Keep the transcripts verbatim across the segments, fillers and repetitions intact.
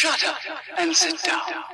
Shut up and sit down.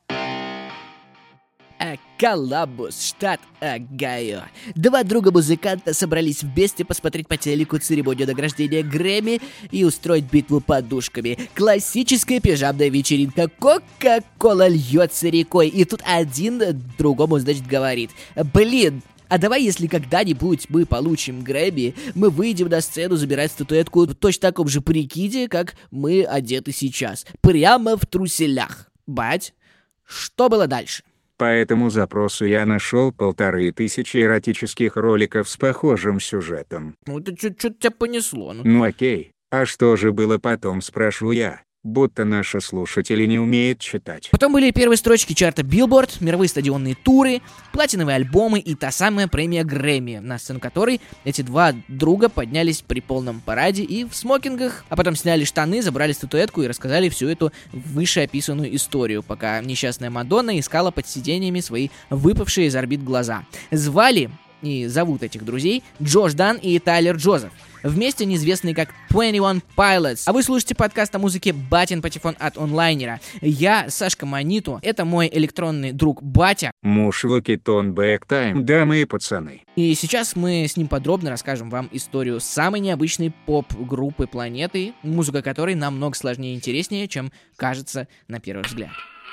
Колумбус, штат Огайо. Два друга-музыканта собрались вместе посмотреть по телеку церемонию награждения Грэмми и устроить битву подушками. Классическая пижамная вечеринка. Кока-кола льется рекой. И тут один другому, значит, говорит: блин, а давай, если когда-нибудь мы получим Грэмми, мы выйдем на сцену забирать статуэтку в точно таком же прикиде, как мы одеты сейчас. Прямо в труселях. Бать, что было дальше? По этому запросу я нашел полторы тысячи эротических роликов с похожим сюжетом. Ну, это что-то тебя понесло. Ну. Ну окей, а что же было потом, спрашиваю я, будто наши слушатели не умеют читать. Потом были первые строчки чарта Billboard, мировые стадионные туры, платиновые альбомы и та самая премия Грэмми, на сцену которой эти два друга поднялись при полном параде и в смокингах, а потом сняли штаны, забрали статуэтку и рассказали всю эту вышеописанную историю, пока несчастная Мадонна искала под сиденьями свои выпавшие из орбит глаза. Звали и зовут этих друзей Джош Дан и Тайлер Джозеф. Вместе неизвестные как двадцать один Pilots. А вы слушаете подкаст о музыке «Батин патефон» от онлайнера. Я Сашка Маниту, это мой электронный друг Батя. Муж Локитон Бэктайм, дамы и пацаны. И сейчас мы с ним подробно расскажем вам историю самой необычной поп-группы планеты, музыка которой намного сложнее и интереснее, чем кажется на первый взгляд.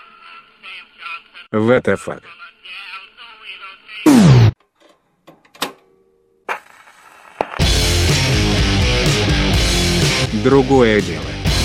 What the fuck? Другое дело.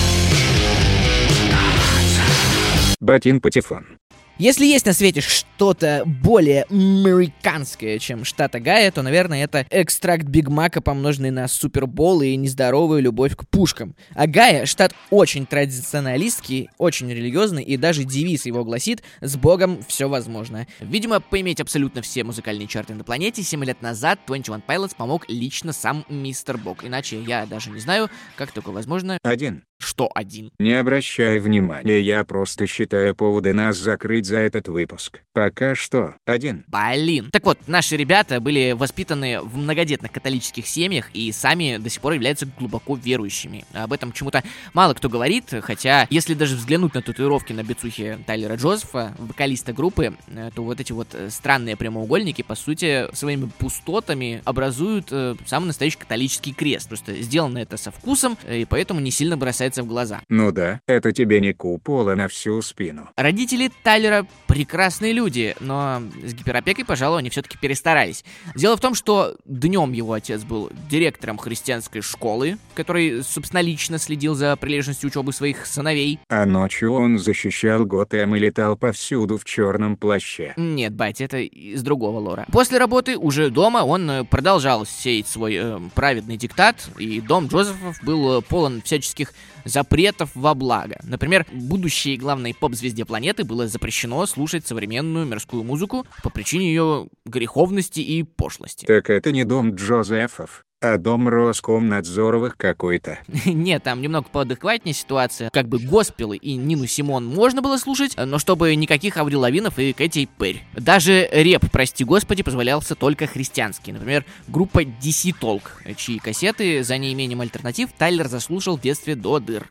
Батин патефон. Если есть на свете что-то более американское, чем штат Огайо, то, наверное, это экстракт Биг Мака, помноженный на Супербол и нездоровую любовь к пушкам. Огайо — штат очень традиционалистский, очень религиозный, и даже девиз его гласит «С Богом все возможно». Видимо, поиметь абсолютно все музыкальные чарты на планете семь лет назад двадцать один Pilots помог лично сам мистер Бог. Иначе я даже не знаю, как такое возможно. Один. Что один? Не обращай внимания, я просто считаю поводы нас закрыть за этот выпуск. Пока что один. Блин. Так вот, наши ребята были воспитаны в многодетных католических семьях и сами до сих пор являются глубоко верующими. Об этом почему-то мало кто говорит, хотя если даже взглянуть на татуировки на бицухе Тайлера Джозефа, вокалиста группы, то вот эти вот странные прямоугольники, по сути, своими пустотами образуют э, самый настоящий католический крест. Просто сделано это со вкусом, и поэтому не сильно бросается в глаза. Ну да, это тебе не купола на всю спину. Родители Тайлера прекрасные люди, но с гиперопекой, пожалуй, они все-таки перестарались. Дело в том, что днем его отец был директором христианской школы, который собственнолично следил за прилежностью учебы своих сыновей. А ночью он защищал Готэм и летал повсюду в черном плаще. Нет, бать, это из другого лора. После работы уже дома он продолжал сеять свой э, праведный диктат, и дом Джозефов был полон всяческих запретов во благо. Например, будущей главной поп-звезде планеты было запрещено слушать современную мирскую музыку по причине ее греховности и пошлости. Так это не дом Джозефов, а дом Роскомнадзоровых какой-то. Нет, там немного поадекватнее ситуация. Как бы госпелы и Нину Симон можно было слушать, но чтобы никаких Аврил Лавинов и Кэти Перри. Даже рэп, прости господи, позволялся только христианский. Например, группа ди си Talk, чьи кассеты за неимением альтернатив Тайлер заслушал в детстве до дыр.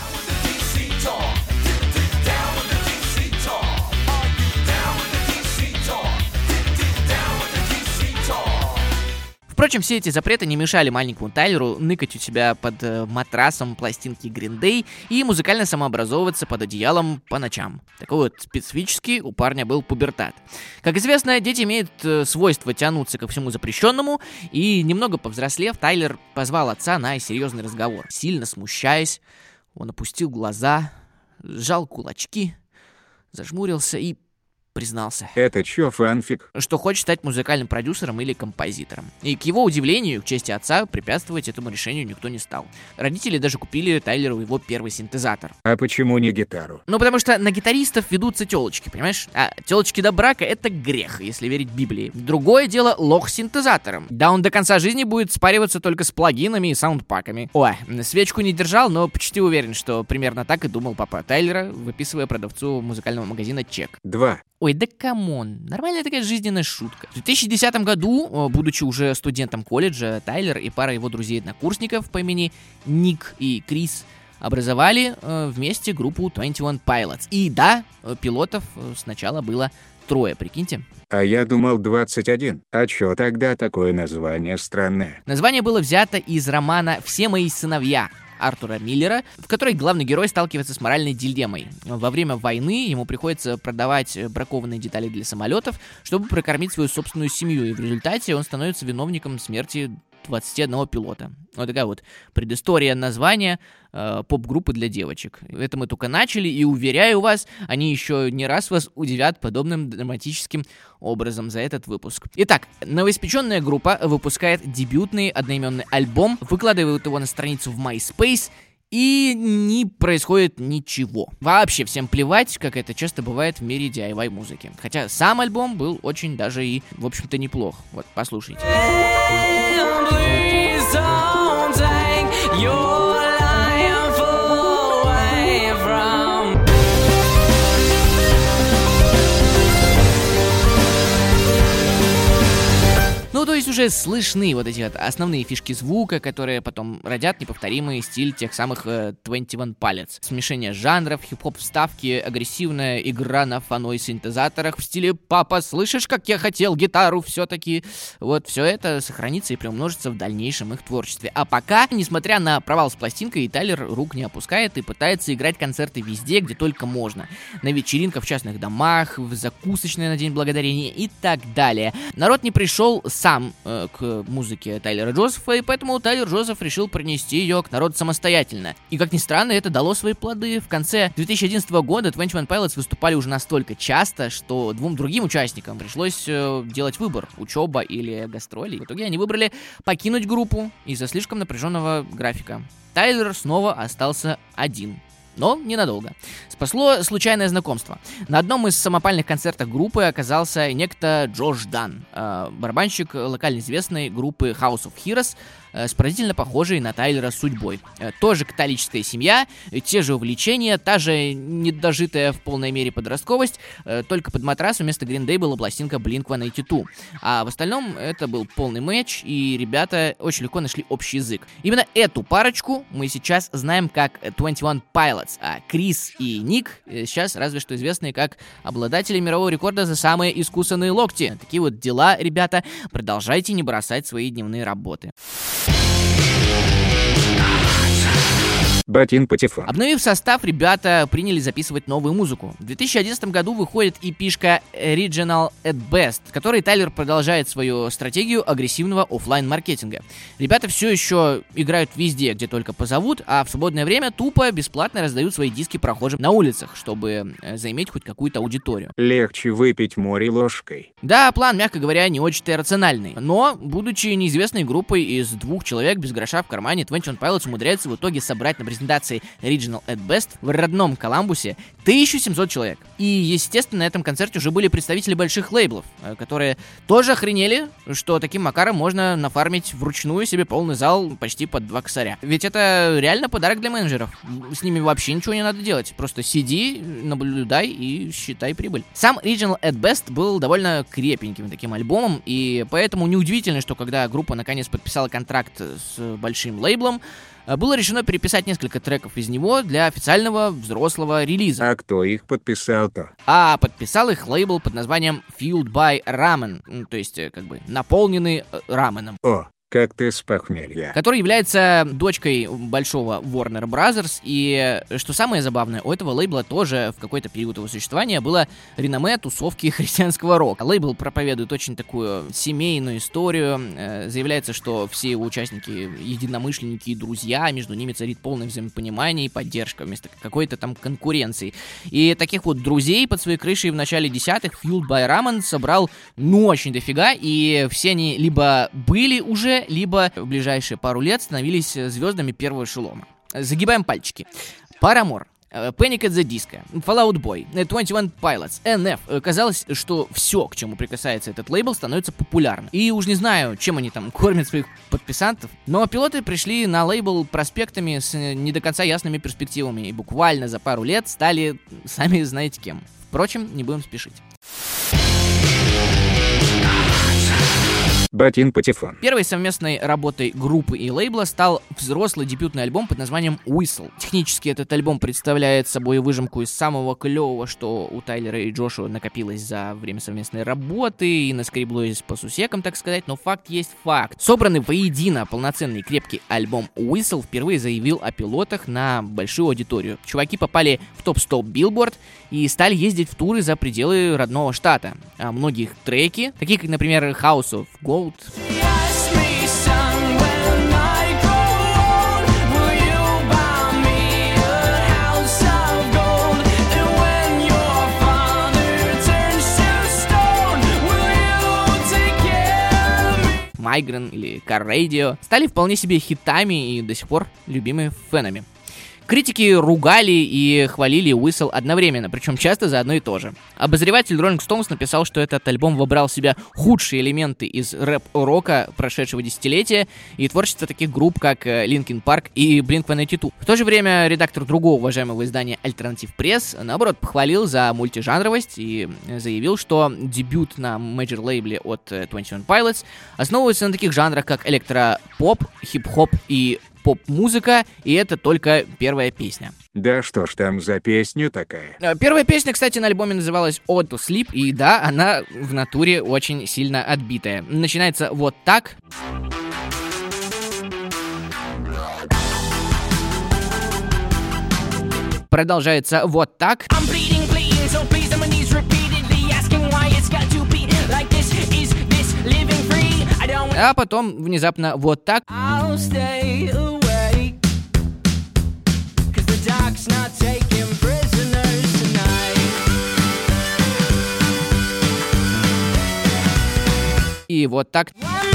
Впрочем, все эти запреты не мешали маленькому Тайлеру ныкать у себя под э, матрасом пластинки Green Day и музыкально самообразовываться под одеялом по ночам. Такой вот специфический у парня был пубертат. Как известно, дети имеют э, свойство тянуться ко всему запрещенному, и немного повзрослев, Тайлер позвал отца на серьезный разговор. Сильно смущаясь, он опустил глаза, сжал кулачки, зажмурился и признался. Это чё, фанфик? Что хочет стать музыкальным продюсером или композитором. И к его удивлению, к чести отца, препятствовать этому решению никто не стал. Родители даже купили Тайлеру его первый синтезатор. А почему не гитару? Ну, потому что на гитаристов ведутся телочки, понимаешь? А телочки до брака — это грех, если верить Библии. Другое дело лох с синтезатором. Да он до конца жизни будет спариваться только с плагинами и саундпаками. Ой, свечку не держал, но почти уверен, что примерно так и думал папа Тайлера, выписывая продавцу музыкального магазина чек. Два. Ой, да камон, нормальная такая жизненная шутка. В две тысячи десятом году, будучи уже студентом колледжа, Тайлер и пара его друзей-однокурсников по имени Ник и Крис образовали э, вместе группу двадцать один Pilots. И да, пилотов сначала было трое, прикиньте. А я думал двадцать один. А чё тогда такое название странное? Название было взято из романа «Все мои сыновья» Артура Миллера, в которой главный герой сталкивается с моральной дилеммой. Во время войны ему приходится продавать бракованные детали для самолетов, чтобы прокормить свою собственную семью, и в результате он становится виновником смерти двадцати одного пилота. Вот такая вот предыстория названия э, поп-группы для девочек. Это мы только начали, и уверяю вас, они еще не раз вас удивят подобным драматическим образом за этот выпуск. Итак, новоиспеченная группа выпускает дебютный одноименный альбом, выкладывают его на страницу в MySpace, и не происходит ничего. Вообще всем плевать, как это часто бывает в мире ди ай вай-музыки. Хотя сам альбом был очень даже и, в общем-то, неплох. Вот, послушайте. Ну, то есть уже слышны вот эти вот основные фишки звука, которые потом родят неповторимый стиль тех самых э, двадцать один Pilots. Смешение жанров, хип-хоп вставки, агрессивная игра на фано и синтезаторах в стиле «Папа, слышишь, как я хотел гитару все-таки?» Вот все это сохранится и приумножится в дальнейшем их творчестве. А пока, несмотря на провал с пластинкой, Тайлер рук не опускает и пытается играть концерты везде, где только можно. На вечеринках в частных домах, в закусочной на День Благодарения и так далее. Народ не пришел с сам э, к музыке Тайлера Джозефа, и поэтому Тайлер Джозеф решил принести ее к народу самостоятельно. И, как ни странно, это дало свои плоды. В конце две тысячи одиннадцатого года двадцать один Pilots выступали уже настолько часто, что двум другим участникам пришлось э, делать выбор: учеба или гастроли. В итоге они выбрали покинуть группу из-за слишком напряженного графика. Тайлер снова остался один. Но ненадолго. Спасло случайное знакомство. На одном из самопальных концертов группы оказался некто Джош Дан, э, барабанщик локально известной группы House of Heroes, э, с поразительно похожей на Тайлера судьбой. Э, тоже католическая семья, э, те же увлечения, та же недожитая в полной мере подростковость, э, только под матрас вместо Green Day была пластинка блинк сто восемьдесят два. А в остальном это был полный матч, и ребята очень легко нашли общий язык. Именно эту парочку мы сейчас знаем как двадцать один Pilots, а Крис и Ник сейчас разве что известны как обладатели мирового рекорда за самые искусанные локти. Такие вот дела, ребята. Продолжайте не бросать свои дневные работы. Батин Патефон. Обновив состав, ребята приняли записывать новую музыку. В две тысячи одиннадцатом году выходит эпишка Original at Best, в которой Тайлер продолжает свою стратегию агрессивного офлайн-маркетинга. Ребята все еще играют везде, где только позовут, а в свободное время тупо бесплатно раздают свои диски прохожим на улицах, чтобы э, заиметь хоть какую-то аудиторию. Легче выпить море ложкой. Да, план, мягко говоря, не очень-то рациональный. Но, будучи неизвестной группой из двух человек без гроша в кармане, двадцать один Pilots умудряется в итоге собрать на презентации Original at Best в родном Коламбусе тысячу семьсот человек. И, естественно, на этом концерте уже были представители больших лейблов, которые тоже охренели, что таким макаром можно нафармить вручную себе полный зал почти под два косаря. Ведь это реально подарок для менеджеров. С ними вообще ничего не надо делать. Просто сиди, наблюдай и считай прибыль. Сам Original at Best был довольно крепеньким таким альбомом, и поэтому неудивительно, что когда группа наконец подписала контракт с большим лейблом, было решено переписать несколько треков из него для официального взрослого релиза. А кто их подписал-то? А подписал их лейбл под названием Fueled by Ramen, то есть как бы наполненный раменом. О, как ты с похмелья. Который является дочкой большого Warner Brothers, и, что самое забавное, у этого лейбла тоже в какой-то период его существования было реноме тусовки христианского рока. Лейбл проповедует очень такую семейную историю, э, заявляется, что все его участники единомышленники и друзья, между ними царит полное взаимопонимание и поддержка вместо какой-то там конкуренции. И таких вот друзей под своей крышей в начале десятых Fueled by Ramen собрал ну очень дофига, и все они либо были уже, либо в ближайшие пару лет становились звездами первого эшелона. Загибаем пальчики. Paramore, Panic at the Disco, Fall Out Boy, двадцать один Pilots, эн эф. Казалось, что все, к чему прикасается этот лейбл, становится популярным. И уж не знаю, чем они там кормят своих подписантов, но пилоты пришли на лейбл проспектами с не до конца ясными перспективами и буквально за пару лет стали сами знаете кем. Впрочем, не будем спешить. Ботин Патефон. Первой совместной работой группы и лейбла стал взрослый дебютный альбом под названием Whistle. Технически этот альбом представляет собой выжимку из самого клевого, что у Тайлера и Джошуа накопилось за время совместной работы и наскреблось по сусекам, так сказать, но факт есть факт. Собранный воедино полноценный крепкий альбом Whistle впервые заявил о пилотах на большую аудиторию. Чуваки попали в топ сто Billboard и стали ездить в туры за пределы родного штата. А многие их треки, такие как, например, House of Gold, Migraine или Car Radio, стали вполне себе хитами и до сих пор любимыми фенами. Критики ругали и хвалили Whistle одновременно, причем часто за одно и то же. Обозреватель Rolling Stones написал, что этот альбом вобрал в себя худшие элементы из рэп-рока прошедшего десятилетия и творчество таких групп, как Linkin Park и блинк сто девяносто два. В то же время редактор другого уважаемого издания Alternative Press, наоборот, похвалил за мультижанровость и заявил, что дебют на мейджор-лейбле от двадцать один Pilots основывается на таких жанрах, как электропоп, хип-хоп и поп-музыка, и это только первая песня. Да что ж там за песня такая? Первая песня, кстати, на альбоме называлась Ode to Sleep, и да, она в натуре очень сильно отбитая. Начинается вот так. Продолжается вот так. А потом внезапно вот так. И вот так.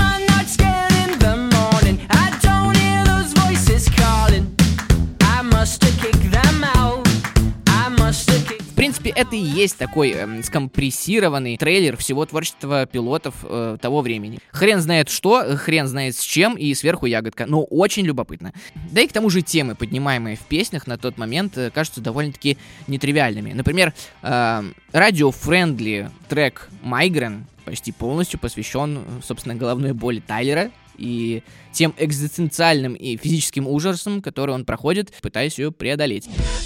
В принципе, это и есть такой э, скомпрессированный трейлер всего творчества пилотов э, того времени. Хрен знает что, хрен знает с чем, и сверху ягодка, но очень любопытно. Да и к тому же темы, поднимаемые в песнях на тот момент, э, кажутся довольно-таки нетривиальными. Например, э, радио-френдли трек Migraine почти полностью посвящен, собственно, головной боли Тайлера и тем экзистенциальным и физическим ужасам, которые он проходит, пытаясь ее преодолеть.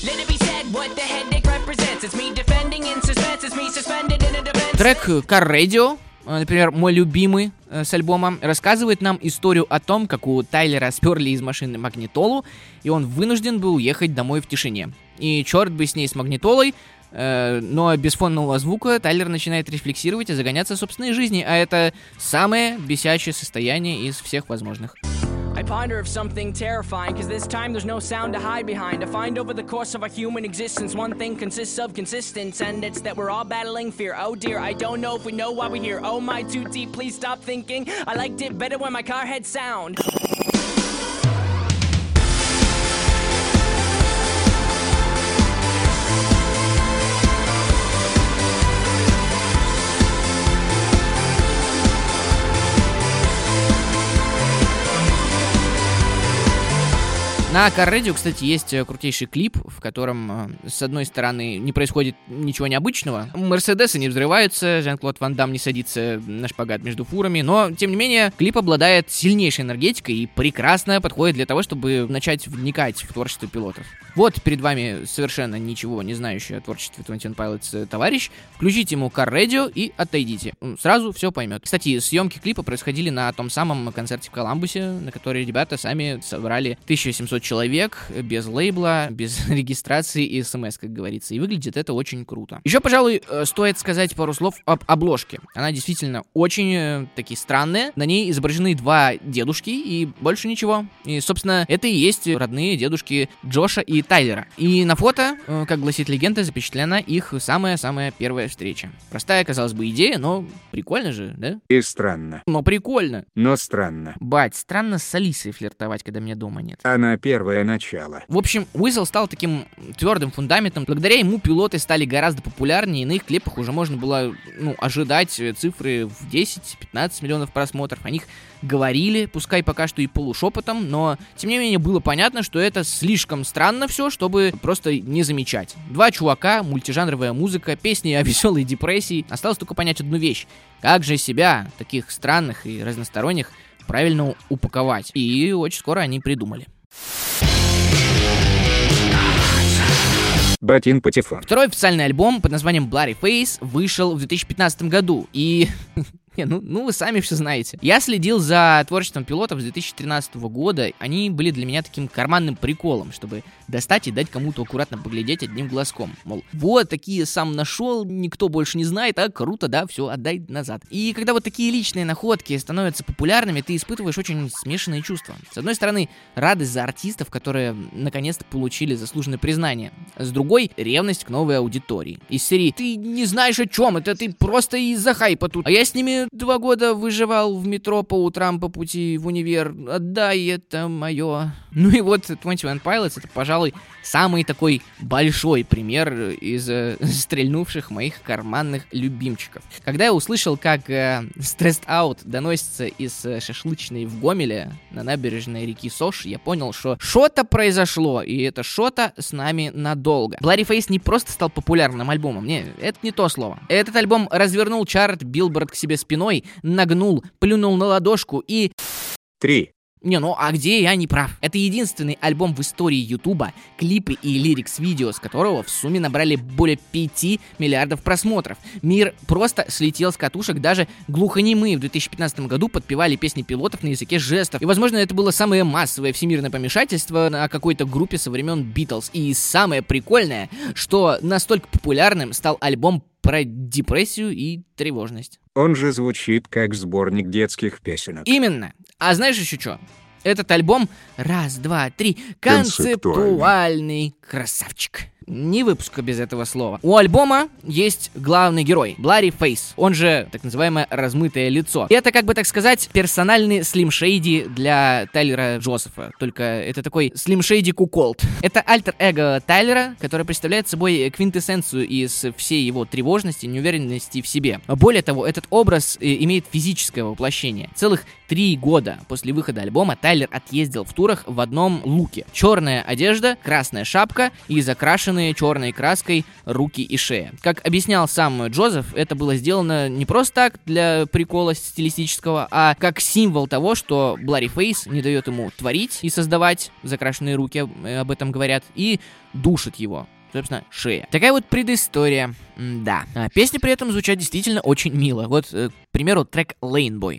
Трек Car Radio, например, мой любимый э, с альбома, рассказывает нам историю о том, как у Тайлера сперли из машины магнитолу, и он вынужден был ехать домой в тишине. И черт бы с ней, с магнитолой, э, но без фонового звука Тайлер начинает рефлексировать и загоняться в собственной жизни, а это самое бесячее состояние из всех возможных. I ponder of something terrifying, cause this time there's no sound to hide behind. I find over the course of our human existence, one thing consists of consistence, and it's that we're all battling fear. Oh dear, I don't know if we know why we're here. Oh my, too deep, please stop thinking. I liked it better when my car had sound. На Car Radio, кстати, есть крутейший клип, в котором, с одной стороны, не происходит ничего необычного. Мерседесы не взрываются, Жан-Клод Ван Дамм не садится на шпагат между фурами, но, тем не менее, клип обладает сильнейшей энергетикой и прекрасно подходит для того, чтобы начать вникать в творчество пилотов. Вот перед вами совершенно ничего не знающий о творчестве двадцать один Pilots товарищ. Включите ему Car Radio и отойдите. Сразу все поймет. Кстати, съемки клипа происходили на том самом концерте в Коламбусе, на который ребята сами собрали тысяча семьсот человек, без лейбла, без регистрации и смс, как говорится. И выглядит это очень круто. Еще, пожалуй, стоит сказать пару слов об обложке. Она действительно очень э, такие странная. На ней изображены два дедушки и больше ничего. И, собственно, это и есть родные дедушки Джоша и Тайлера. И на фото, э, как гласит легенда, запечатлена их самая-самая первая встреча. Простая, казалось бы, идея, но прикольно же, да? И странно. Но прикольно. Но странно. Бать, странно с Алисой флиртовать, когда меня дома нет. Она первое начало. В общем, Уизл стал таким твердым фундаментом. Благодаря ему пилоты стали гораздо популярнее, и на их клипах уже можно было, ну, ожидать цифры в десять-пятнадцать миллионов просмотров. О них говорили, пускай пока что и полушепотом, но, тем не менее, было понятно, что это слишком странно все, чтобы просто не замечать. Два чувака, мультижанровая музыка, песни о веселой депрессии. Осталось только понять одну вещь. Как же себя, таких странных и разносторонних, правильно упаковать? И очень скоро они придумали. Ботин Патефон. Второй официальный альбом под названием Bloody Face вышел в две тысячи пятнадцатом году, и... Не, ну, ну вы сами все знаете. Я следил за творчеством пилотов с две тысячи тринадцатого года. Они были для меня таким карманным приколом, чтобы достать и дать кому-то аккуратно поглядеть одним глазком. Мол, вот, такие сам нашел, никто больше не знает, а круто, да, все, отдай назад. И когда вот такие личные находки становятся популярными, ты испытываешь очень смешанные чувства. С одной стороны, радость за артистов, которые наконец-то получили заслуженное признание. С другой, ревность к новой аудитории. Из серии «Ты не знаешь о чем, это ты просто из-за хайпа тут, а я с ними два года выживал в метро по утрам по пути в универ. Отдай, это мое». Ну и вот двадцать один Pilots — это, пожалуй, самый такой большой пример из э, стрельнувших моих карманных любимчиков. Когда я услышал, как э, Stressed Out доносится из э, шашлычной в Гомеле на набережной реки Сош, я понял, что что-то произошло, и это что-то с нами надолго. Bloody Face не просто стал популярным альбомом, не, это не то слово. Этот альбом развернул чарт Billboard к себе спиной, нагнул, плюнул на ладошку и... Три. Не, ну а где я не прав? Это единственный альбом в истории Ютуба, клипы и лирикс-видео с которого в сумме набрали более пяти миллиардов просмотров. Мир просто слетел с катушек, даже глухонемые в две тысячи пятнадцатом году подпевали песни пилотов на языке жестов. И, возможно, это было самое массовое всемирное помешательство на какой-то группе со времен Битлз. И самое прикольное, что настолько популярным стал альбом про депрессию и тревожность. Он же звучит как сборник детских песенок. Именно. А знаешь еще что? Этот альбом, раз, два, три, концептуальный красавчик. Ни выпуска без этого слова. У альбома есть главный герой, Bloody Face, он же так называемое размытое лицо. И это, как бы так сказать, персональный Slim Shady для Тайлера Джозефа. Только это такой Slim Shady куколд. Это альтер-эго Тайлера, который представляет собой квинтэссенцию из всей его тревожности, неуверенности в себе. Более того, этот образ имеет физическое воплощение. Целых три года после выхода альбома Тайлер отъездил в турах в одном луке. Черная одежда, красная шапка и закрашенные черной краской руки и шея. Как объяснял сам Джозеф, это было сделано не просто так для прикола стилистического, а как символ того, что Bloody Face не дает ему творить и создавать, закрашенные руки об этом говорят, и душит его. Собственно, шея. Такая вот предыстория. Да. А песни при этом звучат действительно очень мило. Вот, э, к примеру, трек Lane Boy.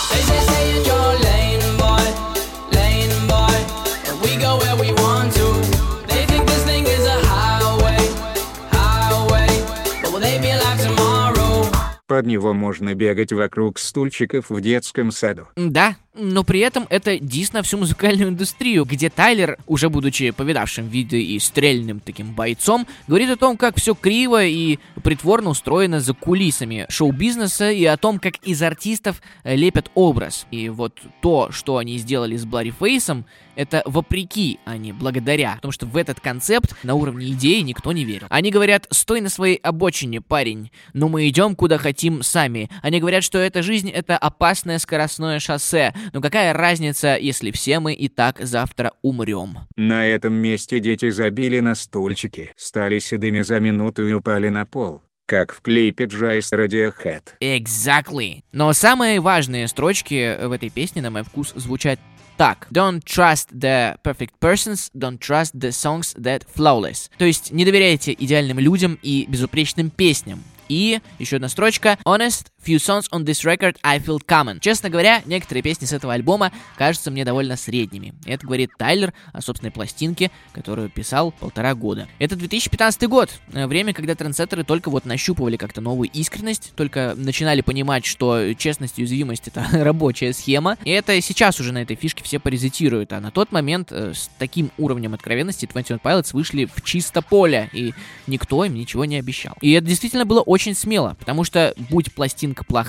Под него можно бегать вокруг стульчиков в детском саду. Да, но при этом это дис на всю музыкальную индустрию, где Тайлер, уже будучи повидавшим виды и стрельным таким бойцом, говорит о том, как все криво и притворно устроено за кулисами шоу-бизнеса и о том, как из артистов лепят образ. И вот то, что они сделали с Bloody Face'ом, это вопреки, а не благодаря. Потому что в этот концепт на уровне идеи никто не верил. Они говорят: «Стой на своей обочине, парень, но мы идем куда хотим сами». Они говорят, что эта жизнь — это опасное скоростное шоссе. Но какая разница, если все мы и так завтра умрем? На этом месте дети забили на стульчики, стали седыми за минуту и упали на пол. Как в клипе Джайс Radiohead. Exactly. Но самые важные строчки в этой песне, на мой вкус, звучат так: Don't trust the perfect persons, don't trust the songs that flawless. То есть не доверяйте идеальным людям и безупречным песням. И еще одна строчка: Honest, few songs on this record I feel common. Честно говоря, некоторые песни с этого альбома кажутся мне довольно средними. Это говорит Тайлер о собственной пластинке, которую писал полтора года. Это две тысячи пятнадцатый год. Время, когда трендсеттеры только вот нащупывали как-то новую искренность, только начинали понимать, что честность и уязвимость — это рабочая схема. И это сейчас уже на этой фишке все паразитируют. А на тот момент э, с таким уровнем откровенности двадцать один Pilots вышли в чисто поле, и никто им ничего не обещал. И это действительно было очень смело, потому что будь пластинка плоха,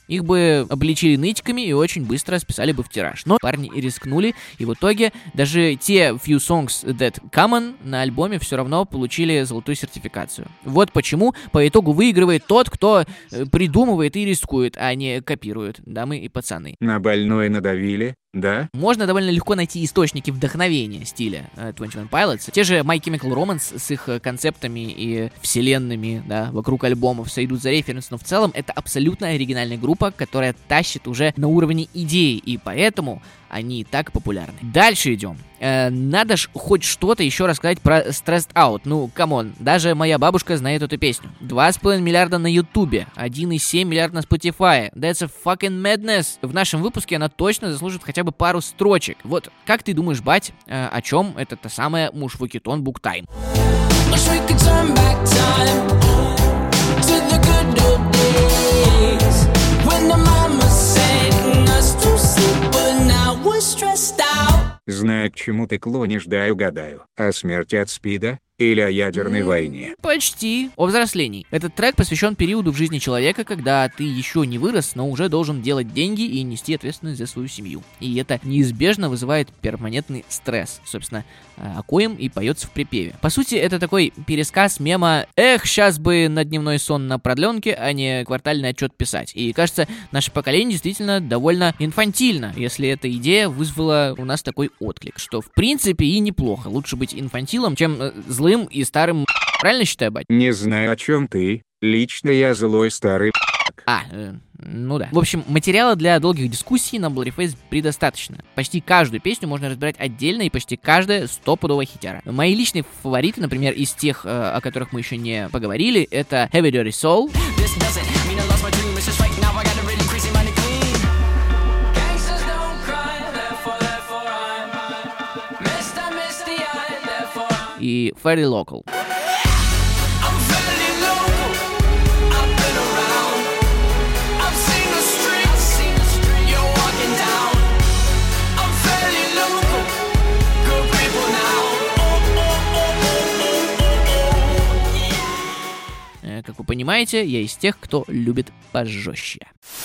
их бы обличили нытиками и очень быстро списали бы в тираж. Но парни и рискнули, и в итоге даже те Few Songs That Common на альбоме все равно получили золотую сертификацию. Вот почему по итогу выигрывает тот, кто придумывает и рискует, а не копирует, дамы и пацаны. На больное надавили, да? Можно довольно легко найти источники вдохновения стиля uh, двадцать один Pilots. Те же My Chemical Romance с их концептами и вселенными, да, вокруг альбомов сойдут за референс, но в целом это абсолютно оригинальная группа, которая тащит уже на уровне идеи, и поэтому они так популярны. Дальше идем. Э, надо ж хоть что-то еще рассказать про Stressed Out. Ну, камон, даже моя бабушка знает эту песню. два с половиной миллиарда на Ютубе, один и семь миллиарда на Spotify. That's a fucking madness. В нашем выпуске она точно заслужит хотя бы пару строчек. Вот, как ты думаешь, бать, э, о чем это та самая Мушвокитон Буктайм? Знаю, к чему ты клонишь, дай угадаю. О смерти от СПИДа или о ядерной mm, войне? Почти. О взрослении. Этот трек посвящен периоду в жизни человека, когда ты еще не вырос, но уже должен делать деньги и нести ответственность за свою семью. И это неизбежно вызывает перманентный стресс. Собственно, о коем и поется в припеве. По сути, это такой пересказ мема «Эх, сейчас бы на дневной сон на продленке, а не квартальный отчет писать». И кажется, наше поколение действительно довольно инфантильно, если эта идея вызвала у нас такой отклик, что в принципе и неплохо. Лучше быть инфантилом, чем э, злым и старым. Правильно считаю, бать? Не знаю, о чем ты. Лично я злой старый. А, э, ну да. В общем, материала для долгих дискуссий на Blurryface предостаточно. Почти каждую песню можно разбирать отдельно, и почти каждая стопудовая хитяра. Мои личные фавориты, например, из тех, э, о которых мы еще не поговорили, это Heavy Dirty Soul, и Fairly Local. Как вы понимаете, я из тех, кто любит пожестче.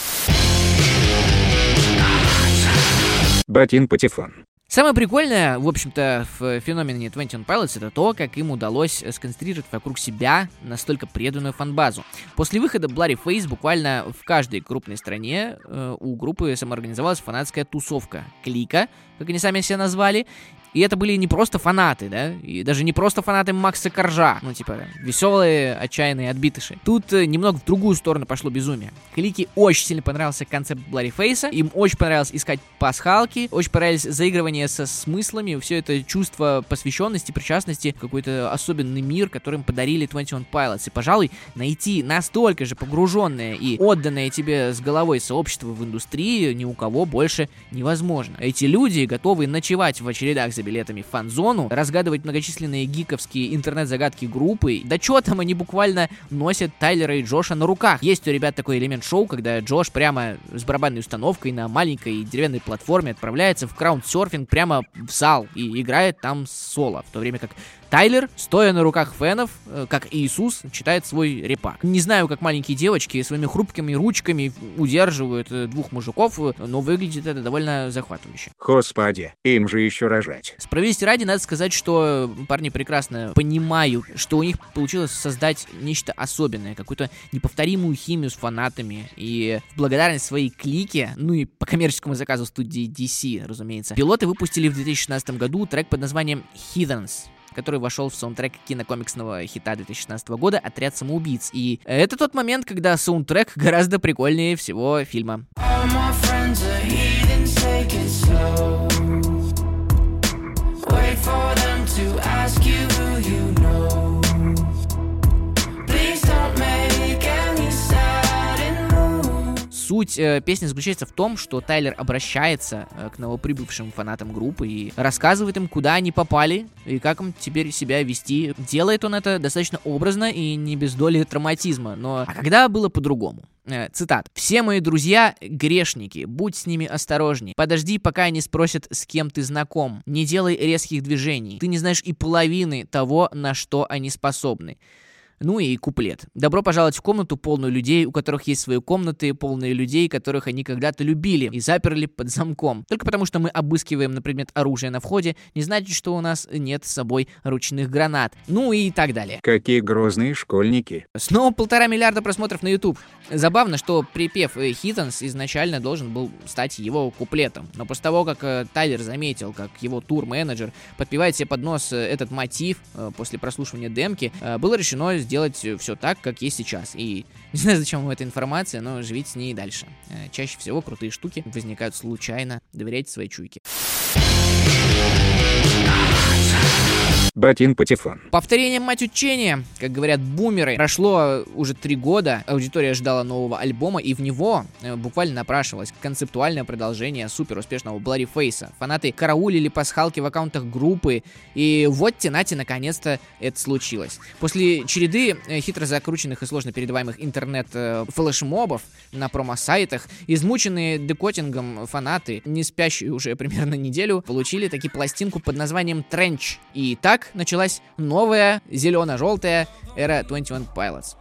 Батин Патефон. Самое прикольное, в общем-то, в феномене двадцать один Pilots это то, как им удалось сконцентрировать вокруг себя настолько преданную фан-базу. После выхода Blurryface буквально в каждой крупной стране э, у группы самоорганизовалась фанатская тусовка Клика, как они сами себя назвали. И это были не просто фанаты, да, и даже не просто фанаты Макса Коржа, ну, типа, веселые, отчаянные отбитыши. Тут э, немного в другую сторону пошло безумие. Клике очень сильно понравился концепт Blurryface, им очень понравилось искать пасхалки, очень понравились заигрывания со смыслами, все это чувство посвященности, причастности, какой-то особенный мир, который им подарили двадцать один Pilots. И, пожалуй, найти настолько же погруженное и отданное тебе с головой сообщество в индустрии ни у кого больше невозможно. Эти люди готовы ночевать в очередях за билетами в фан-зону, разгадывать многочисленные гиковские интернет-загадки группы. Да чё там, они буквально носят Тайлера и Джоша на руках. Есть у ребят такой элемент шоу, когда Джош прямо с барабанной установкой на маленькой деревянной платформе отправляется в краундсерфинг прямо в зал и играет там соло, в то время как Тайлер, стоя на руках фенов, как Иисус, читает свой репак. Не знаю, как маленькие девочки своими хрупкими ручками удерживают двух мужиков, но выглядит это довольно захватывающе. Господи, им же еще рожать. Справедливости ради, надо сказать, что парни прекрасно понимают, что у них получилось создать нечто особенное, какую-то неповторимую химию с фанатами. И в благодарность своей клике, ну и по коммерческому заказу студии ди си, разумеется, пилоты выпустили в две тысячи шестнадцатом году трек под названием Heathens, который вошел в саундтрек кинокомиксного хита две тысячи шестнадцатого года «Отряд самоубийц». И это тот момент, когда саундтрек гораздо прикольнее всего фильма. Суть э, песни заключается в том, что Тайлер обращается э, к новоприбывшим фанатам группы и рассказывает им, куда они попали и как им теперь себя вести. Делает он это достаточно образно и не без доли травматизма, но а когда было по-другому? Э, цитат. «Все мои друзья — грешники, будь с ними осторожней. Подожди, пока они спросят, с кем ты знаком. Не делай резких движений. Ты не знаешь и половины того, на что они способны. Ну и куплет. Добро пожаловать в комнату, полную людей, у которых есть свои комнаты, полные людей, которых они когда-то любили и заперли под замком. Только потому, что мы обыскиваем на предмет оружия на входе, не значит, что у нас нет с собой ручных гранат. Ну и так далее. Какие грозные школьники. Снова полтора миллиарда просмотров на YouTube. Забавно, что припев Хитонс изначально должен был стать его куплетом. Но после того, как э, Тайлер заметил, как его тур-менеджер подпевает себе под нос э, этот мотив э, после прослушивания демки, э, было решено сделать все так, как есть сейчас. И не знаю, зачем вам эта информация, но живите с ней дальше. Э, чаще всего крутые штуки возникают случайно. Доверяйте своей чуйке. Батин Патефон. Повторение мать учения, как говорят бумеры. Прошло уже три года, аудитория ждала нового альбома, и в него э, буквально напрашивалось концептуальное продолжение супер успешного Bloody Face'а. Фанаты караулили пасхалки в аккаунтах группы, и вот тенате наконец-то это случилось. После череды э, хитро закрученных и сложно передаваемых интернет-флешмобов э, на промо-сайтах, измученные декотингом фанаты, не спящие уже примерно неделю, получили таки пластинку под названием Trench. И так началась новая зелено-желтая эра двадцать один Pilots.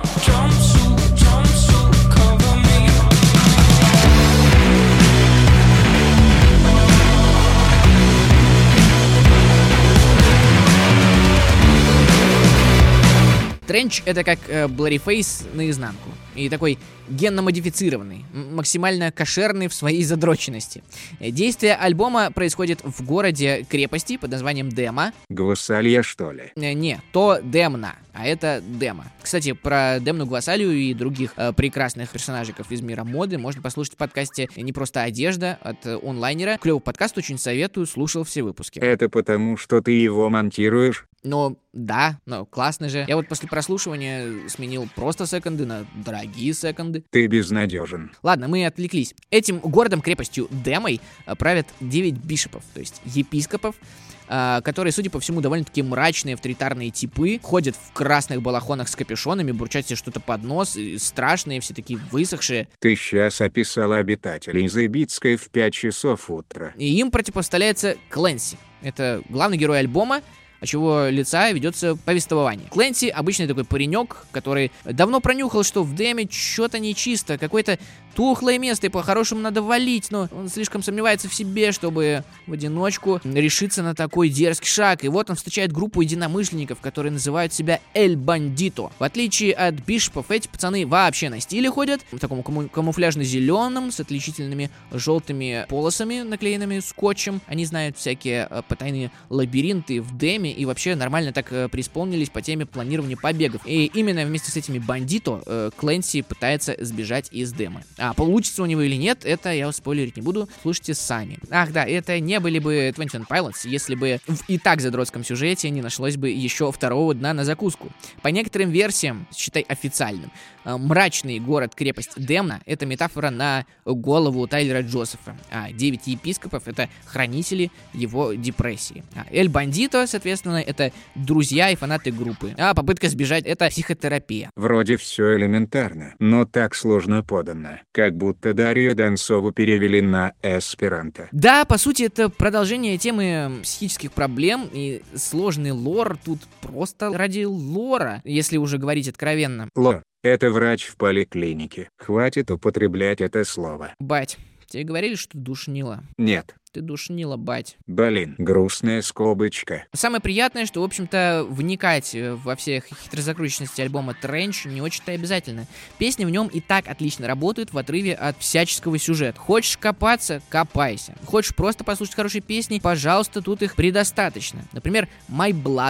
Тренч — это как э, Bloody Face наизнанку. И такой генно-модифицированный, максимально кошерный в своей задроченности. Действие альбома происходит в городе-крепости под названием Дема. Гвасалья, что ли? Э, не, то Демна, а это Дема. Кстати, про Демну Гвасалию и других э, прекрасных персонажиков из мира моды можно послушать в подкасте «Не просто одежда» от э, онлайнера. Клевый подкаст, очень советую, слушал все выпуски. Это потому, что ты его монтируешь? Ну, да, ну, классно же. Я вот после прослушивания сменил просто секонды на дорогие секонды. Ты безнадежен. Ладно, мы отвлеклись. Этим городом-крепостью Демой правят девять бишопов, то есть епископов, которые, судя по всему, довольно-таки мрачные, авторитарные типы, ходят в красных балахонах с капюшонами, бурчат себе что-то под нос, страшные, все такие высохшие. Ты сейчас описала обитателей Забитской в пять часов утра. И им противопоставляется Клэнси. Это главный герой альбома, от чего лица ведется повествование. Клэнси — обычный такой паренек, который давно пронюхал, что в Деме что-то нечисто, какое-то тухлое место, и по-хорошему надо валить, но он слишком сомневается в себе, чтобы в одиночку решиться на такой дерзкий шаг. И вот он встречает группу единомышленников, которые называют себя Эль Бандито. В отличие от бишопов, эти пацаны вообще на стиле ходят, в таком каму- камуфляжно-зеленом, с отличительными желтыми полосами, наклеенными скотчем. Они знают всякие э, потайные лабиринты в Деме и вообще нормально так э, преисполнились по теме планирования побегов. И именно вместе с этими Бандито э, Клэнси пытается сбежать из Демы. А получится у него или нет, это я спойлерить не буду, слушайте сами. Ах да, это не были бы двадцать один Pilots, если бы в и так задротском сюжете не нашлось бы еще второго дна на закуску. По некоторым версиям, считай официальным, мрачный город-крепость Демна — это метафора на голову Тайлера Джозефа, а девять епископов — это хранители его депрессии. А Эль Бандито, соответственно, это друзья и фанаты группы, а попытка сбежать — это психотерапия. Вроде все элементарно, но так сложно подано. Как будто Дарью Донцову перевели на эсперанто. Да, по сути, это продолжение темы психических проблем, и сложный лор тут просто ради лора, если уже говорить откровенно. Ло, это врач в поликлинике. Хватит употреблять это слово. Бать, тебе говорили, что душнило? Нет. Ты душнила, бать. Блин, грустная скобочка. Самое приятное, что, в общем-то, вникать во все хитрозакрученности альбома Trench не очень-то обязательно. Песни в нем и так отлично работают в отрыве от всяческого сюжета. Хочешь копаться — копайся. Хочешь просто послушать хорошие песни — пожалуйста, тут их предостаточно. Например, My Blood.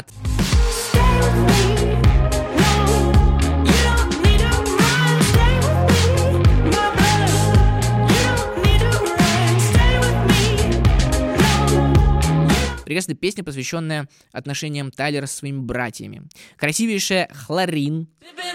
Прекрасная песня, посвященная отношениям Тайлера со своими братьями. Красивейшая Хлорин.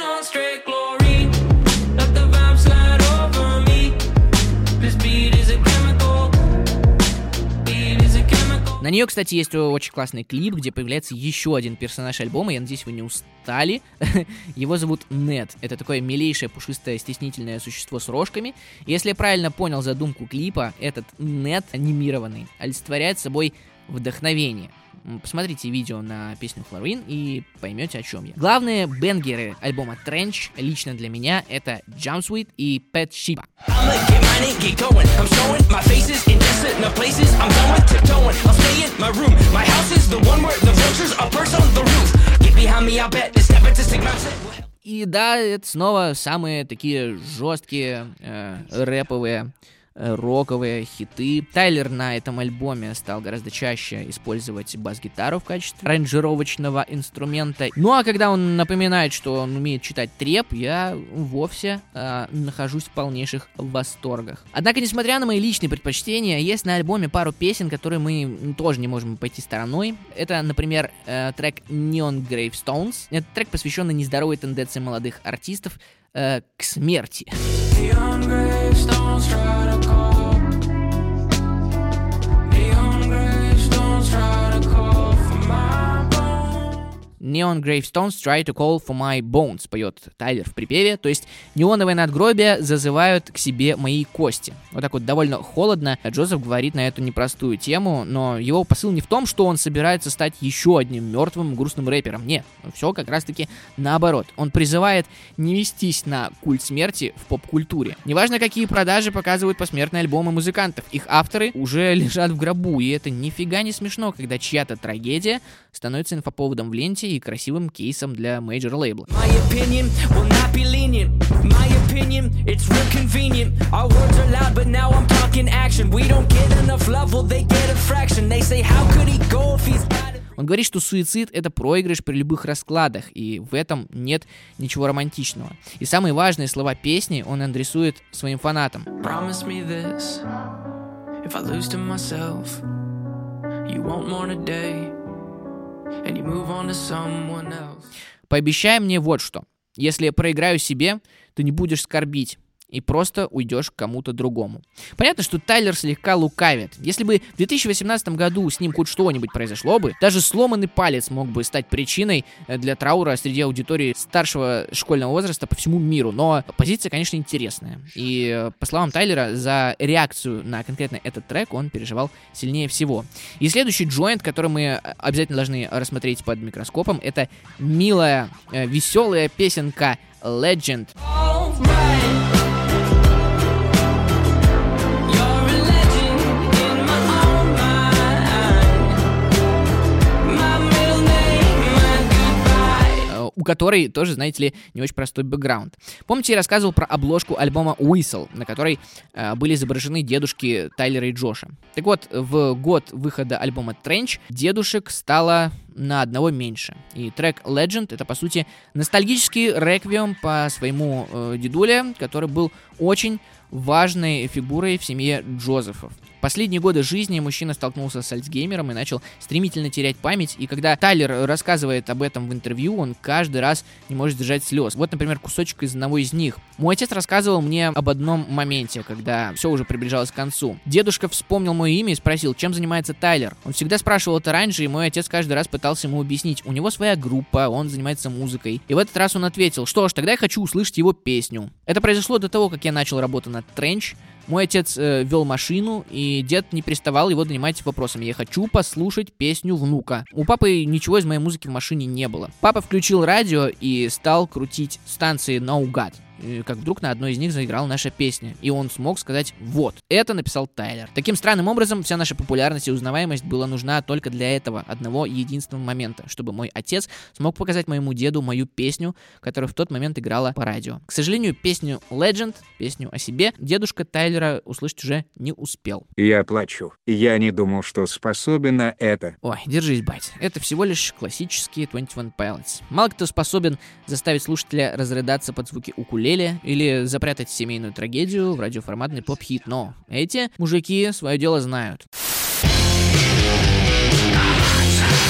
На нее, кстати, есть очень классный клип, где появляется еще один персонаж альбома. Я надеюсь, вы не устали. Его зовут Нет. Это такое милейшее, пушистое, стеснительное существо с рожками. Если я правильно понял задумку клипа, этот Нет анимированный олицетворяет собой вдохновение. Посмотрите видео на песню Halloween и поймете, о чем я. Главные бенгеры альбома Trench лично для меня это Jumpsuit и Pet Ship. И да, это снова самые такие жесткие э, рэповые роковые хиты. Тайлер на этом альбоме стал гораздо чаще использовать бас-гитару в качестве аранжировочного инструмента. Ну а когда он напоминает, что он умеет читать трэп, я вовсе э, нахожусь в полнейших восторгах. Однако, несмотря на мои личные предпочтения, есть на альбоме пару песен, которые мы тоже не можем пойти стороной. Это, например, э, трек Neon Gravestones. Это трек, посвященный нездоровой тенденции молодых артистов э, к смерти. Neon gravestones try to call. Neon gravestones try to call for my bones. Neon gravestones try to call for my bones, поет Тайлер в припеве, то есть неоновые надгробия зазывают к себе мои кости. Вот так вот довольно холодно Джозеф говорит на эту непростую тему, но его посыл не в том, что он собирается стать еще одним мертвым грустным рэпером. Нет, все как раз-таки наоборот. Он призывает не вестись на культ смерти в поп-культуре. Неважно, какие продажи показывают посмертные альбомы музыкантов, их авторы уже лежат в гробу, и это нифига не смешно, когда чья-то трагедия становится инфоповодом в ленте и красивым кейсом для мейджор-лейбла. Он говорит, что суицид — это проигрыш при любых раскладах, и в этом нет ничего романтичного. И самые важные слова песни он адресует своим фанатам. Пообещай мне вот что. Если я проиграю себе, ты не будешь скорбить и просто уйдешь к кому-то другому. Понятно, что Тайлер слегка лукавит. Если бы в две тысячи восемнадцатом году с ним хоть что-нибудь произошло бы, даже сломанный палец мог бы стать причиной для траура среди аудитории старшего школьного возраста по всему миру. Но позиция, конечно, интересная. И, по словам Тайлера, за реакцию на конкретно этот трек он переживал сильнее всего. И следующий джойнт, который мы обязательно должны рассмотреть под микроскопом, это милая, веселая песенка Legend. У которой тоже, знаете ли, не очень простой бэкграунд. Помните, я рассказывал про обложку альбома Whistle, на которой э, были изображены дедушки Тайлера и Джоша. Так вот, в год выхода альбома Trench дедушек стало на одного меньше. И трек Legend — это, по сути, ностальгический реквием по своему э, дедуле, который был очень важной фигурой в семье Джозефов. В последние годы жизни мужчина столкнулся с Альцгеймером и начал стремительно терять память, и когда Тайлер рассказывает об этом в интервью, он каждый раз не может сдержать слез. Вот, например, кусочек из одного из них. Мой отец рассказывал мне об одном моменте, когда все уже приближалось к концу. Дедушка вспомнил мое имя и спросил, чем занимается Тайлер. Он всегда спрашивал это раньше, и мой отец каждый раз пытался ему объяснить. У него своя группа, он занимается музыкой. И в этот раз он ответил, что ж, тогда я хочу услышать его песню. Это произошло до того, как я начал работу над Trench. Мой отец э, вел машину, и дед не переставал его донимать вопросами. Я хочу послушать песню внука. У папы ничего из моей музыки в машине не было. Папа включил радио и стал крутить станции наугад. Как вдруг на одной из них заиграла наша песня, и он смог сказать «вот». Это написал Тайлер. Таким странным образом, вся наша популярность и узнаваемость была нужна только для этого одного единственного момента, чтобы мой отец смог показать моему деду мою песню, которая в тот момент играла по радио. К сожалению, песню Legend, песню о себе, дедушка Тайлера услышать уже не успел. Я плачу. Я не думал, что способен на это. Ой, держись, бать. Это всего лишь классические двадцать один Pilots. Мало кто способен заставить слушателя разрыдаться под звуки укулеле или запрятать семейную трагедию в радиоформатный поп-хит, но эти мужики свое дело знают.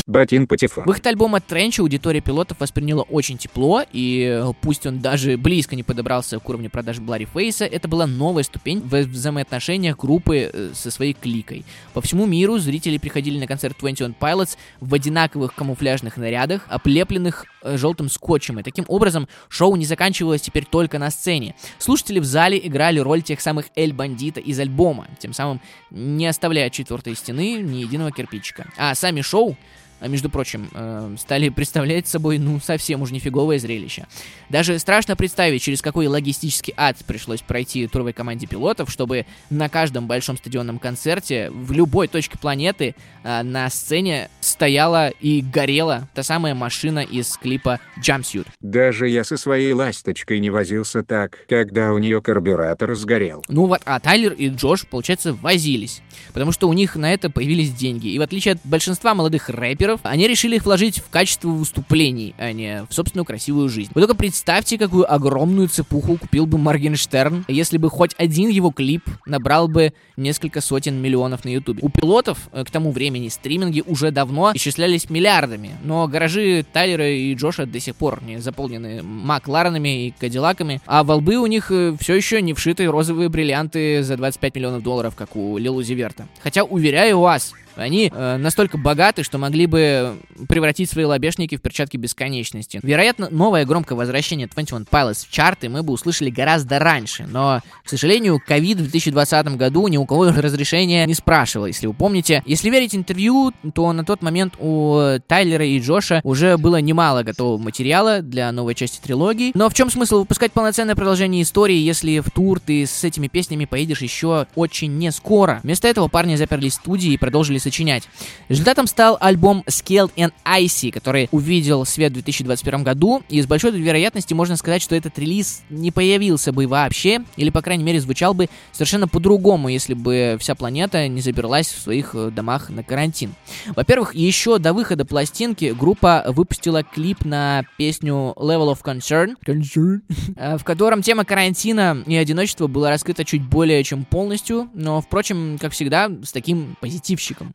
Батин Патефон. Выход альбома Тренча аудитория пилотов восприняла очень тепло, и пусть он даже близко не подобрался к уровню продаж Blurryface, это была новая ступень в взаимоотношениях группы со своей кликой. По всему миру зрители приходили на концерт двадцать один Pilots в одинаковых камуфляжных нарядах, оплепленных желтым скотчем, и таким образом шоу не заканчивалось теперь только на сцене. Слушатели в зале играли роль тех самых Эль Бандита из альбома, тем самым не оставляя от четвертой стены ни единого кирпичика. А сами шоу, между прочим, э, стали представлять собой, ну, совсем уж нифиговое зрелище. Даже страшно представить, через какой логистический ад пришлось пройти туровой команде пилотов, чтобы на каждом большом стадионном концерте в любой точке планеты э, на сцене стояла и горела та самая машина из клипа Jumpsuit. Даже я со своей ласточкой не возился так, когда у нее карбюратор сгорел. Ну вот, а Тайлер и Джош, получается, возились, потому что у них на это появились деньги. И в отличие от большинства молодых рэперов, они решили их вложить в качество выступлений, а не в собственную красивую жизнь. Вы только представьте, какую огромную цепуху купил бы Моргенштерн, если бы хоть один его клип набрал бы несколько сотен миллионов на ютубе. У пилотов к тому времени стриминги уже давно исчислялись миллиардами, но гаражи Тайлера и Джоша до сих пор не заполнены Макларенами и Кадиллаками, а во лбы у них все еще не вшиты розовые бриллианты за двадцать пять миллионов долларов, как у Лил Узи Верта. Хотя, уверяю вас, они э, настолько богаты, что могли бы превратить свои лобешники в перчатки бесконечности. Вероятно, новое громкое возвращение двадцать один Pilots в чарты мы бы услышали гораздо раньше, но, к сожалению, ковид в две тысячи двадцатом году ни у кого разрешения не спрашивал, если вы помните. Если верить интервью, то на тот момент у Тайлера и Джоша уже было немало готового материала для новой части трилогии. Но в чем смысл выпускать полноценное продолжение истории, если в тур ты с этими песнями поедешь еще очень не скоро? Вместо этого парни заперлись в студии и продолжили сочинять. Результатом стал альбом Scaled and Icy, который увидел свет в две тысячи двадцать первом году, и с большой вероятностью можно сказать, что этот релиз не появился бы вообще, или, по крайней мере, звучал бы совершенно по-другому, если бы вся планета не заперлась в своих домах на карантин. Во-первых, еще до выхода пластинки группа выпустила клип на песню Level of Concern, Concern. в котором тема карантина и одиночества была раскрыта чуть более чем полностью, но, впрочем, как всегда, с таким позитивщиком.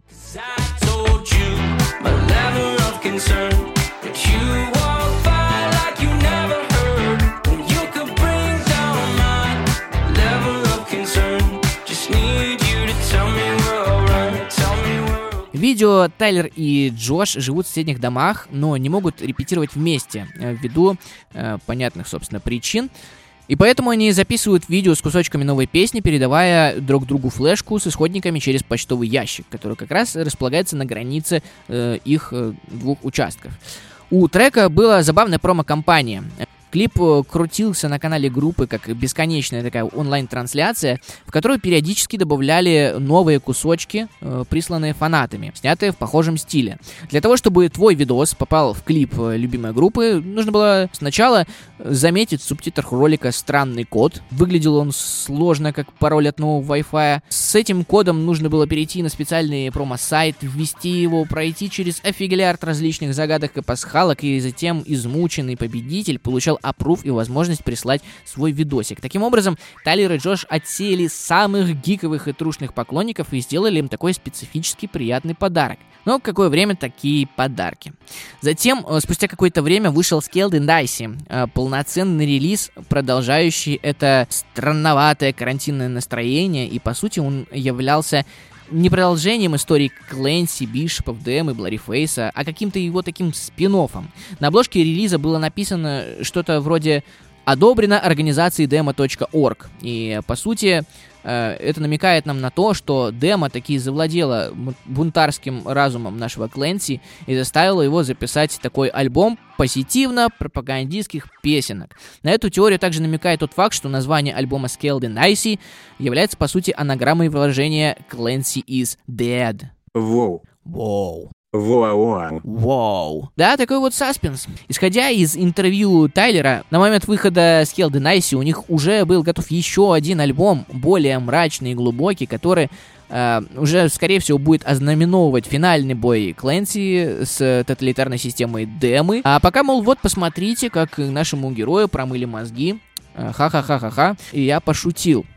Видео Тайлер и Джош живут в соседних домах, но не могут репетировать вместе, ввиду э, понятных, собственно, причин. И поэтому они записывают видео с кусочками новой песни, передавая друг другу флешку с исходниками через почтовый ящик, который как раз располагается на границе э, их э, двух участков. У трека была забавная промо-компания. Клип крутился на канале группы как бесконечная такая онлайн-трансляция, в которую периодически добавляли новые кусочки, э, присланные фанатами, снятые в похожем стиле. Для того, чтобы твой видос попал в клип любимой группы, нужно было сначала заметить в субтитрах ролика странный код. Выглядел он сложно, как пароль от нового Wi-Fi. С этим кодом нужно было перейти на специальный промо-сайт, ввести его, пройти через офигелярд различных загадок и пасхалок, и затем измученный победитель получал аппрув и возможность прислать свой видосик. Таким образом, Тайлер и Джош отсеяли самых гиковых и трушных поклонников и сделали им такой специфический приятный подарок. Но в какое время такие подарки? Затем, спустя какое-то время, вышел Scaled and Icy, полноценный релиз, продолжающий это странноватое карантинное настроение, и по сути он являлся не продолжением истории Клэнси, Бишопа, ДМ и Blurryface, а каким-то его таким спин-оффом. На обложке релиза было написано что-то вроде «Одобрено организацией демо точка орг», и по сути это намекает нам на то, что демо таки завладела бунтарским разумом нашего Клэнси и заставила его записать такой альбом позитивно-пропагандистских песенок. На эту теорию также намекает тот факт, что название альбома Scaled and Icy является по сути анаграммой выражения «Clancy is dead». Воу. Воу. Воу. Воу. Да, такой вот саспенс. Исходя из интервью Тайлера, на момент выхода Scaled and Icy у них уже был готов еще один альбом, более мрачный и глубокий, который э, уже, скорее всего, будет ознаменовывать финальный бой Клэнси с тоталитарной системой Демы. А пока, мол, вот посмотрите, как нашему герою промыли мозги. Ха-ха-ха-ха-ха. И я пошутил.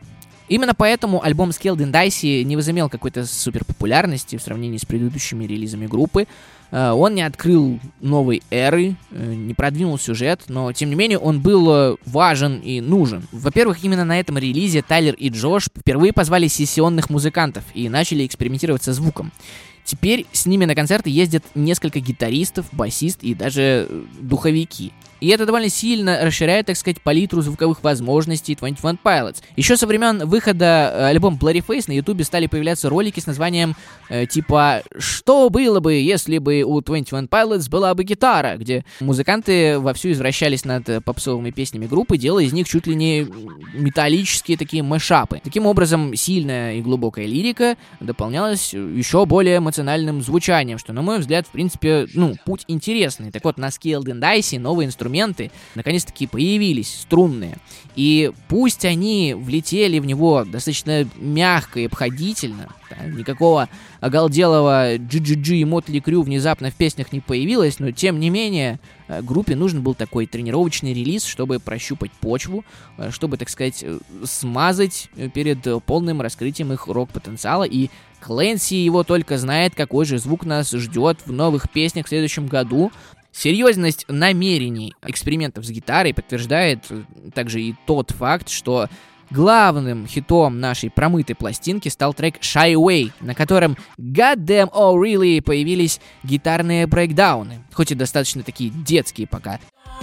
Именно поэтому альбом Scaled and Dicey не возымел какой-то супер популярности в сравнении с предыдущими релизами группы. Он не открыл новой эры, не продвинул сюжет, но, тем не менее, он был важен и нужен. Во-первых, именно на этом релизе Тайлер и Джош впервые позвали сессионных музыкантов и начали экспериментировать со звуком. Теперь с ними на концерты ездят несколько гитаристов, басист и даже духовики. И это довольно сильно расширяет, так сказать, палитру звуковых возможностей двадцать один Pilots. Еще со времен выхода альбома Bloody Face на ютубе стали появляться ролики с названием э, типа «Что было бы, если бы у двадцать один Pilots была бы гитара?», где музыканты вовсю извращались над попсовыми песнями группы, делая из них чуть ли не металлические такие мэшапы. Таким образом, сильная и глубокая лирика дополнялась еще более эмоциональным звучанием, что, на мой взгляд, в принципе, ну, путь интересный. Так вот, на Scaled and Dicey новые инструменты наконец-таки появились, струнные. И пусть они влетели в него достаточно мягко и обходительно, да, никакого оголделого джи джи джи и Мотли Крю внезапно в песнях не появилось, но тем не менее группе нужен был такой тренировочный релиз, чтобы прощупать почву, чтобы, так сказать, смазать перед полным раскрытием их рок-потенциала. И Клэнси его только знает, какой же звук нас ждет в новых песнях в следующем году. Серьезность намерений экспериментов с гитарой подтверждает также и тот факт, что главным хитом нашей промытой пластинки стал трек Shy Away, на котором God damn oh really появились гитарные брейкдауны, хоть и достаточно такие детские пока.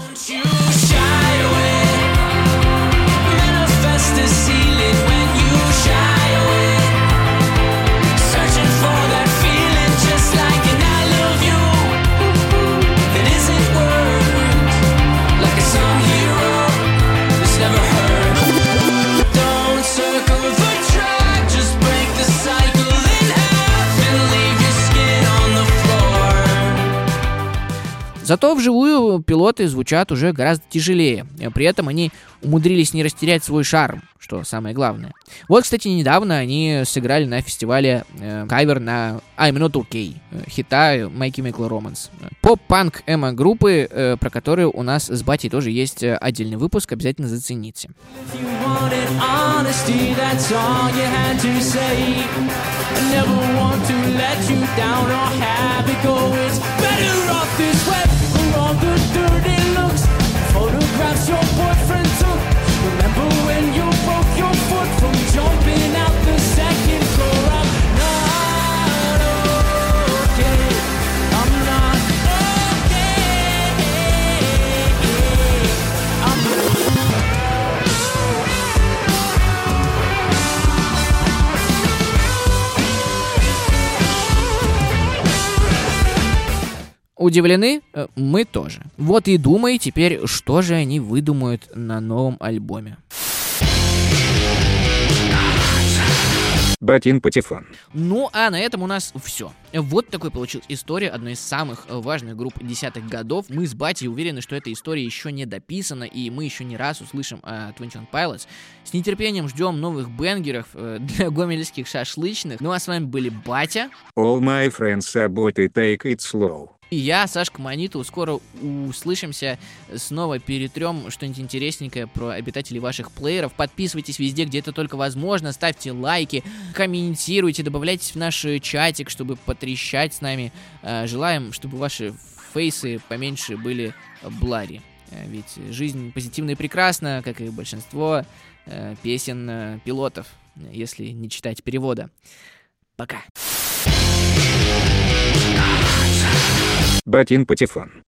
Зато вживую пилоты звучат уже гораздо тяжелее. При этом они умудрились не растерять свой шарм, что самое главное. Вот, кстати, недавно они сыграли на фестивале э, кавер на I'm Not Okay, э, хита My Chemical Romance. Поп-панк эмо-группы, э, про которую у нас с батей тоже есть отдельный выпуск, обязательно зацените. All the dirty looks, photographs your boyfriend took. Remember when you broke your foot from jumping out the second floor? I'm not okay. I'm not okay. I'm Удивлены? Мы тоже. Вот и думай теперь, что же они выдумают на новом альбоме. Батин Патефон. Ну, а на этом у нас все. Вот такой получилась история одной из самых важных групп десятых годов. Мы с батей уверены, что эта история еще не дописана, и мы еще не раз услышим о двадцать один Pilots. С нетерпением ждем новых бенгеров для гомельских шашлычных. Ну, а с вами были батя. All my friends about it, take it slow. И я, Сашка Маниту. Скоро услышимся, снова перетрем что-нибудь интересненькое про обитателей ваших плееров. Подписывайтесь везде, где это только возможно, ставьте лайки, комментируйте, добавляйтесь в наш чатик, чтобы потрещать с нами. Желаем, чтобы ваши фейсы поменьше были блари. Ведь жизнь позитивна и прекрасна, как и большинство песен пилотов, если не читать перевода. Пока. Батин Патефон.